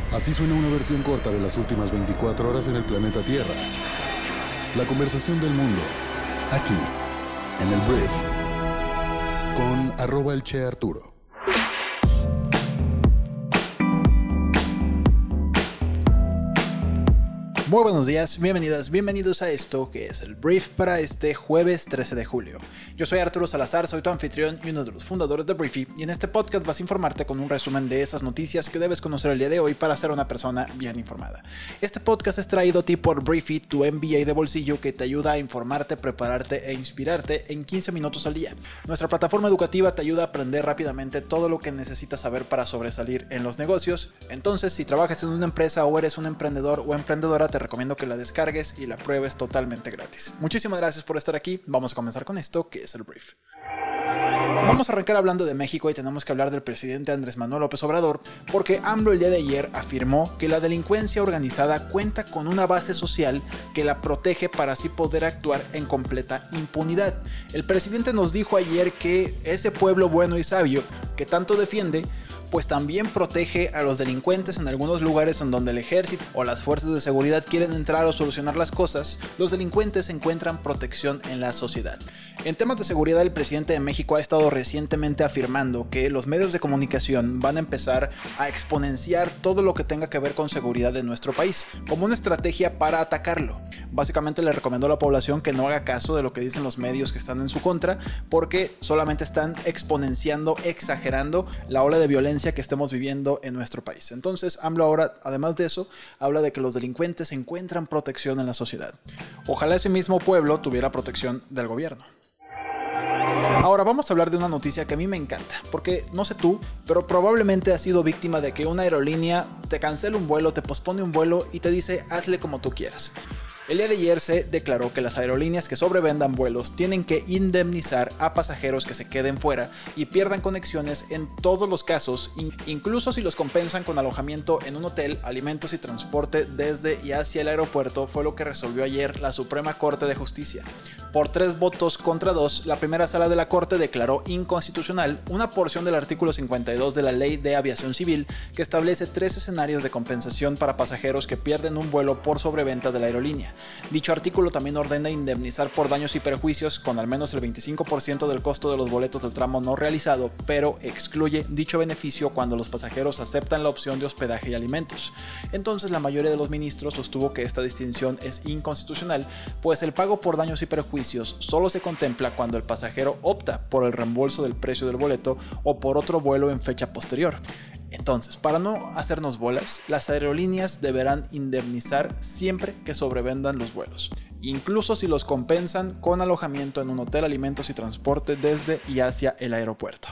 Así suena una versión corta de las últimas 24 horas en el planeta Tierra. La conversación del mundo, aquí, en el Brief, con @elCheArturo. Muy buenos días, bienvenidas, bienvenidos a esto que es el Brief para este jueves 13 de julio. Yo soy Arturo Salazar, soy tu anfitrión y uno de los fundadores de Briefy, y en este podcast vas a informarte con un resumen de esas noticias que debes conocer el día de hoy para ser una persona bien informada. Este podcast es traído a ti por Briefy, tu MBA de bolsillo que te ayuda a informarte, prepararte e inspirarte en 15 minutos al día. Nuestra plataforma educativa te ayuda a aprender rápidamente todo lo que necesitas saber para sobresalir en los negocios. Entonces, si trabajas en una empresa o eres un emprendedor o emprendedora, te recomiendo que la descargues y la pruebes totalmente gratis. Muchísimas gracias por estar aquí. Vamos a comenzar con esto que es el Brief. Vamos a arrancar hablando de México y tenemos que hablar del presidente Andrés Manuel López Obrador, porque AMLO el día de ayer afirmó que la delincuencia organizada cuenta con una base social que la protege para así poder actuar en completa impunidad. El presidente nos dijo ayer que ese pueblo bueno y sabio que tanto defiende, pues también protege a los delincuentes en algunos lugares en donde el ejército o las fuerzas de seguridad quieren entrar o solucionar las cosas. Los delincuentes encuentran protección en la sociedad. En temas de seguridad, el presidente de México ha estado recientemente afirmando que los medios de comunicación van a empezar a exponenciar todo lo que tenga que ver con seguridad en nuestro país, como una estrategia para atacarlo. Básicamente le recomendó a la población que no haga caso de lo que dicen los medios que están en su contra, porque solamente están exponenciando, exagerando la ola de violencia que estemos viviendo en nuestro país. Entonces, AMLO ahora, además de eso, habla de que los delincuentes encuentran protección en la sociedad. Ojalá ese mismo pueblo tuviera protección del gobierno. Ahora vamos a hablar de una noticia que a mí me encanta, porque no sé tú, pero probablemente has sido víctima de que una aerolínea te cancela un vuelo, te pospone un vuelo y te dice hazle como tú quieras. El día de ayer se declaró que las aerolíneas que sobrevendan vuelos tienen que indemnizar a pasajeros que se queden fuera y pierdan conexiones en todos los casos, incluso si los compensan con alojamiento en un hotel, alimentos y transporte desde y hacia el aeropuerto. Fue lo que resolvió ayer la Suprema Corte de Justicia. Por 3 votos contra 2, la primera sala de la Corte declaró inconstitucional una porción del artículo 52 de la Ley de Aviación Civil que establece 3 escenarios de compensación para pasajeros que pierden un vuelo por sobreventa de la aerolínea. Dicho artículo también ordena indemnizar por daños y perjuicios con al menos el 25% del costo de los boletos del tramo no realizado, pero excluye dicho beneficio cuando los pasajeros aceptan la opción de hospedaje y alimentos. Entonces la mayoría de los ministros sostuvo que esta distinción es inconstitucional, pues el pago por daños y perjuicios solo se contempla cuando el pasajero opta por el reembolso del precio del boleto o por otro vuelo en fecha posterior. Entonces, para no hacernos bolas, las aerolíneas deberán indemnizar siempre que sobrevendan los vuelos, incluso si los compensan con alojamiento en un hotel, alimentos y transporte desde y hacia el aeropuerto.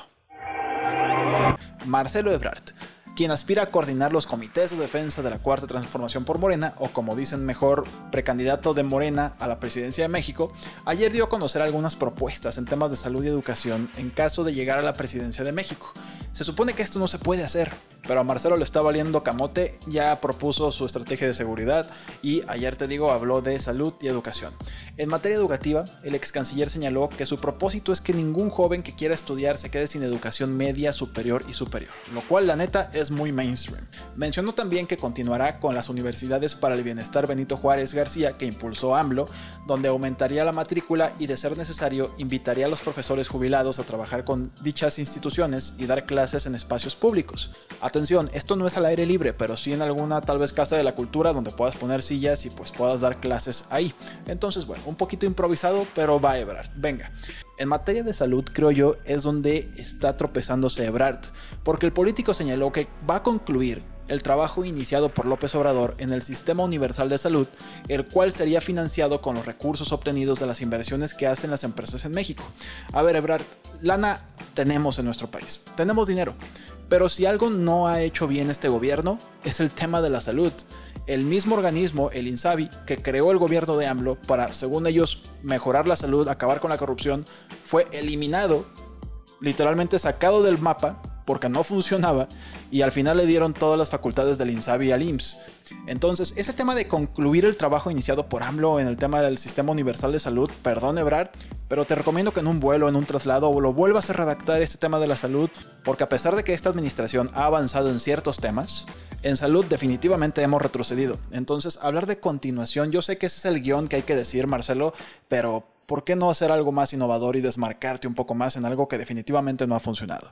Marcelo Ebrard, quien aspira a coordinar los comités de defensa de la Cuarta Transformación por Morena, o como dicen mejor, precandidato de Morena a la presidencia de México, ayer dio a conocer algunas propuestas en temas de salud y educación en caso de llegar a la presidencia de México. Se supone que esto no se puede hacer, pero a Marcelo le está valiendo camote, ya propuso su estrategia de seguridad y ayer habló de salud y educación. En materia educativa, el ex canciller señaló que su propósito es que ningún joven que quiera estudiar se quede sin educación media, superior y superior, lo cual la neta es muy mainstream. Mencionó también que continuará con las universidades para el bienestar Benito Juárez García que impulsó AMLO, donde aumentaría la matrícula y de ser necesario invitaría a los profesores jubilados a trabajar con dichas instituciones y dar clases en espacios públicos. Atención, esto no es al aire libre, pero sí en alguna tal vez casa de la cultura donde puedas poner sillas y pues puedas dar clases ahí. Entonces bueno, un poquito improvisado, pero va Ebrard, venga. En materia de salud, creo yo, es donde está tropezándose Ebrard, porque el político señaló que va a concluir el trabajo iniciado por López Obrador en el Sistema Universal de Salud, el cual sería financiado con los recursos obtenidos de las inversiones que hacen las empresas en México. A ver, Ebrard, lana tenemos en nuestro país, tenemos dinero, pero si algo no ha hecho bien este gobierno es el tema de la salud. El mismo organismo, el INSABI, que creó el gobierno de AMLO para, según ellos, mejorar la salud, acabar con la corrupción, fue eliminado, literalmente sacado del mapa, porque no funcionaba y al final le dieron todas las facultades del INSABI al IMSS. Entonces, ese tema de concluir el trabajo iniciado por AMLO en el tema del Sistema Universal de Salud, perdón Ebrard, pero te recomiendo que en un vuelo, en un traslado, lo vuelvas a redactar este tema de la salud, porque a pesar de que esta administración ha avanzado en ciertos temas, en salud definitivamente hemos retrocedido. Entonces, hablar de continuación, yo sé que ese es el guión que hay que decir, Marcelo, pero ¿por qué no hacer algo más innovador y desmarcarte un poco más en algo que definitivamente no ha funcionado?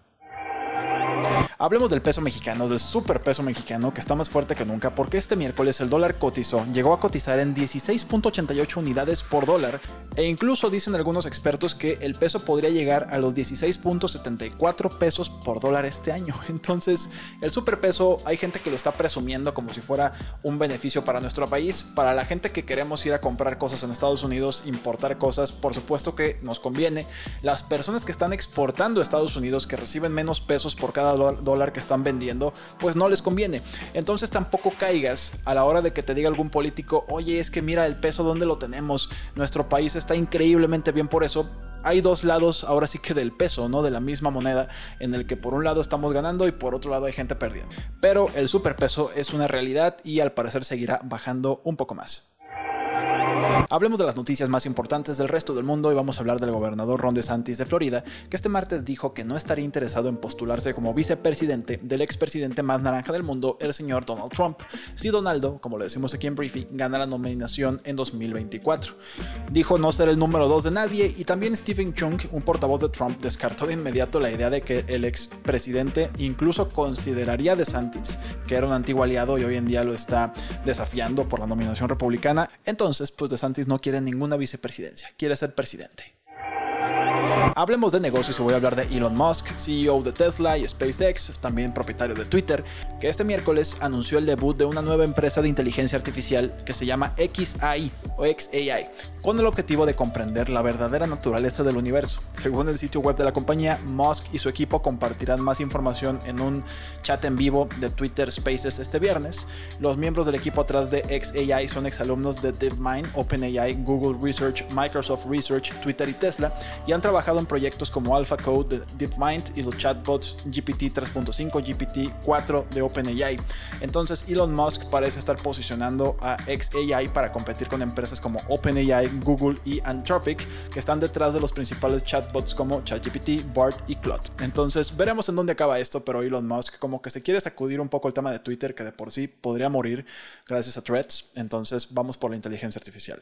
Hablemos del peso mexicano, del superpeso mexicano, que está más fuerte que nunca, porque este miércoles el dólar llegó a cotizar en 16.88 unidades por dólar, e incluso dicen algunos expertos que el peso podría llegar a los 16.74 pesos por dólar este año. Entonces, el superpeso hay gente que lo está presumiendo como si fuera un beneficio para nuestro país. Para la gente que queremos ir a comprar cosas en Estados Unidos, importar cosas, por supuesto que nos conviene. Las personas que están exportando a Estados Unidos, que reciben menos pesos por cada dólar que están vendiendo, pues no les conviene. Entonces tampoco caigas a la hora de que te diga algún político, oye, es que mira el peso, ¿dónde lo tenemos? Nuestro país está increíblemente bien por eso. Hay dos lados ahora sí que del peso, ¿no? De la misma moneda, en el que por un lado estamos ganando y por otro lado hay gente perdiendo. Pero el superpeso es una realidad y al parecer seguirá bajando un poco más. Hablemos de las noticias más importantes del resto del mundo y vamos a hablar del gobernador Ron DeSantis de Florida, que este martes dijo que no estaría interesado en postularse como vicepresidente del expresidente más naranja del mundo, el señor Donald Trump, si Donaldo, como le decimos aquí en Briefy, gana la nominación en 2024. Dijo no ser el número 2 de nadie, y también Stephen Chung, un portavoz de Trump, descartó de inmediato la idea de que el expresidente incluso consideraría a DeSantis, que era un antiguo aliado y hoy en día lo está desafiando por la nominación republicana. Entonces, pues DeSantis no quiere ninguna vicepresidencia, quiere ser presidente. Hablemos de negocios y voy a hablar de Elon Musk, CEO de Tesla y SpaceX, también propietario de Twitter, que este miércoles anunció el debut de una nueva empresa de inteligencia artificial que se llama XAI o XAI, con el objetivo de comprender la verdadera naturaleza del universo. Según el sitio web de la compañía, Musk y su equipo compartirán más información en un chat en vivo de Twitter Spaces este viernes. Los miembros del equipo atrás de XAI son exalumnos de DeepMind, OpenAI, Google Research, Microsoft Research, Twitter y Tesla, y han trabajado en proyectos como AlphaCode de DeepMind y los chatbots GPT 3.5, GPT 4 de OpenAI. Entonces Elon Musk parece estar posicionando a XAI para competir con empresas como OpenAI, Google y Anthropic, que están detrás de los principales chatbots como ChatGPT, Bard y Claude. Entonces veremos en dónde acaba esto, pero Elon Musk como que se quiere sacudir un poco el tema de Twitter, que de por sí podría morir gracias a Threads. Entonces vamos por la inteligencia artificial.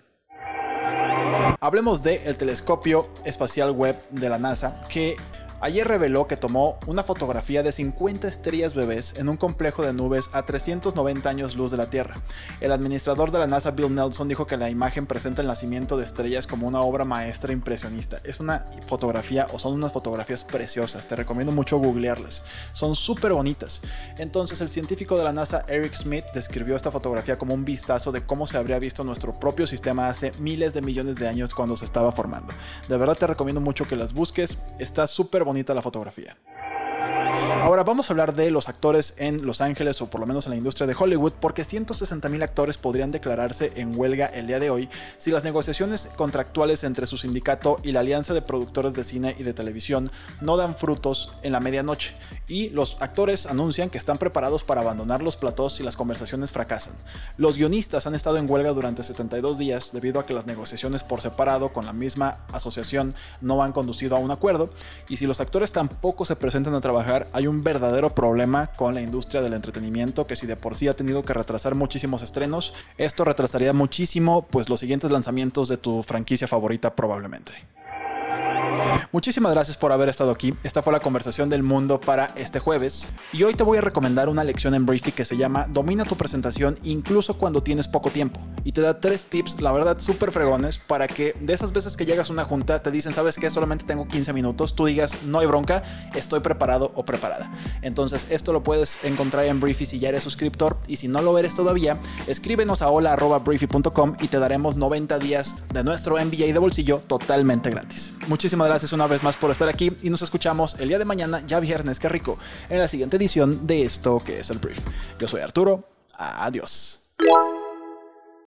Hablemos del telescopio espacial Webb de la NASA, que ayer reveló que tomó una fotografía de 50 estrellas bebés en un complejo de nubes a 390 años luz de la Tierra. El administrador de la NASA, Bill Nelson, dijo que la imagen presenta el nacimiento de estrellas como una obra maestra impresionista. Es una fotografía, o son unas fotografías preciosas, te recomiendo mucho googlearlas. Son súper bonitas. Entonces el científico de la NASA, Eric Schmidt, describió esta fotografía como un vistazo de cómo se habría visto nuestro propio sistema hace miles de millones de años cuando se estaba formando. De verdad te recomiendo mucho que las busques, está súper bonita la fotografía. Ahora vamos a hablar de los actores en Los Ángeles, o por lo menos en la industria de Hollywood, porque 160,000 actores podrían declararse en huelga el día de hoy si las negociaciones contractuales entre su sindicato y la Alianza de Productores de Cine y de Televisión no dan frutos en la medianoche, y los actores anuncian que están preparados para abandonar los platós si las conversaciones fracasan. Los guionistas han estado en huelga durante 72 días debido a que las negociaciones por separado con la misma asociación no han conducido a un acuerdo, y si los actores tampoco se presentan a trabajar, hay un verdadero problema con la industria del entretenimiento, que si de por sí ha tenido que retrasar muchísimos estrenos, esto retrasaría muchísimo pues los siguientes lanzamientos de tu franquicia favorita probablemente. Muchísimas gracias por haber estado aquí. Esta fue la conversación del mundo para este jueves. Y hoy te voy a recomendar una lección en Briefy que se llama Domina tu presentación incluso cuando tienes poco tiempo. Y te da 3 tips, la verdad, súper fregones, para que de esas veces que llegas a una junta, te dicen, ¿sabes qué? Solamente tengo 15 minutos. Tú digas, no hay bronca, estoy preparado o preparada. Entonces, esto lo puedes encontrar en Briefy si ya eres suscriptor. Y si no lo eres todavía, escríbenos a hola@briefy.com y te daremos 90 días de nuestro MBA de bolsillo totalmente gratis. Muchísimas gracias una vez más por estar aquí y nos escuchamos el día de mañana, ya viernes, qué rico, en la siguiente edición de esto que es el Brief. Yo soy Arturo, adiós.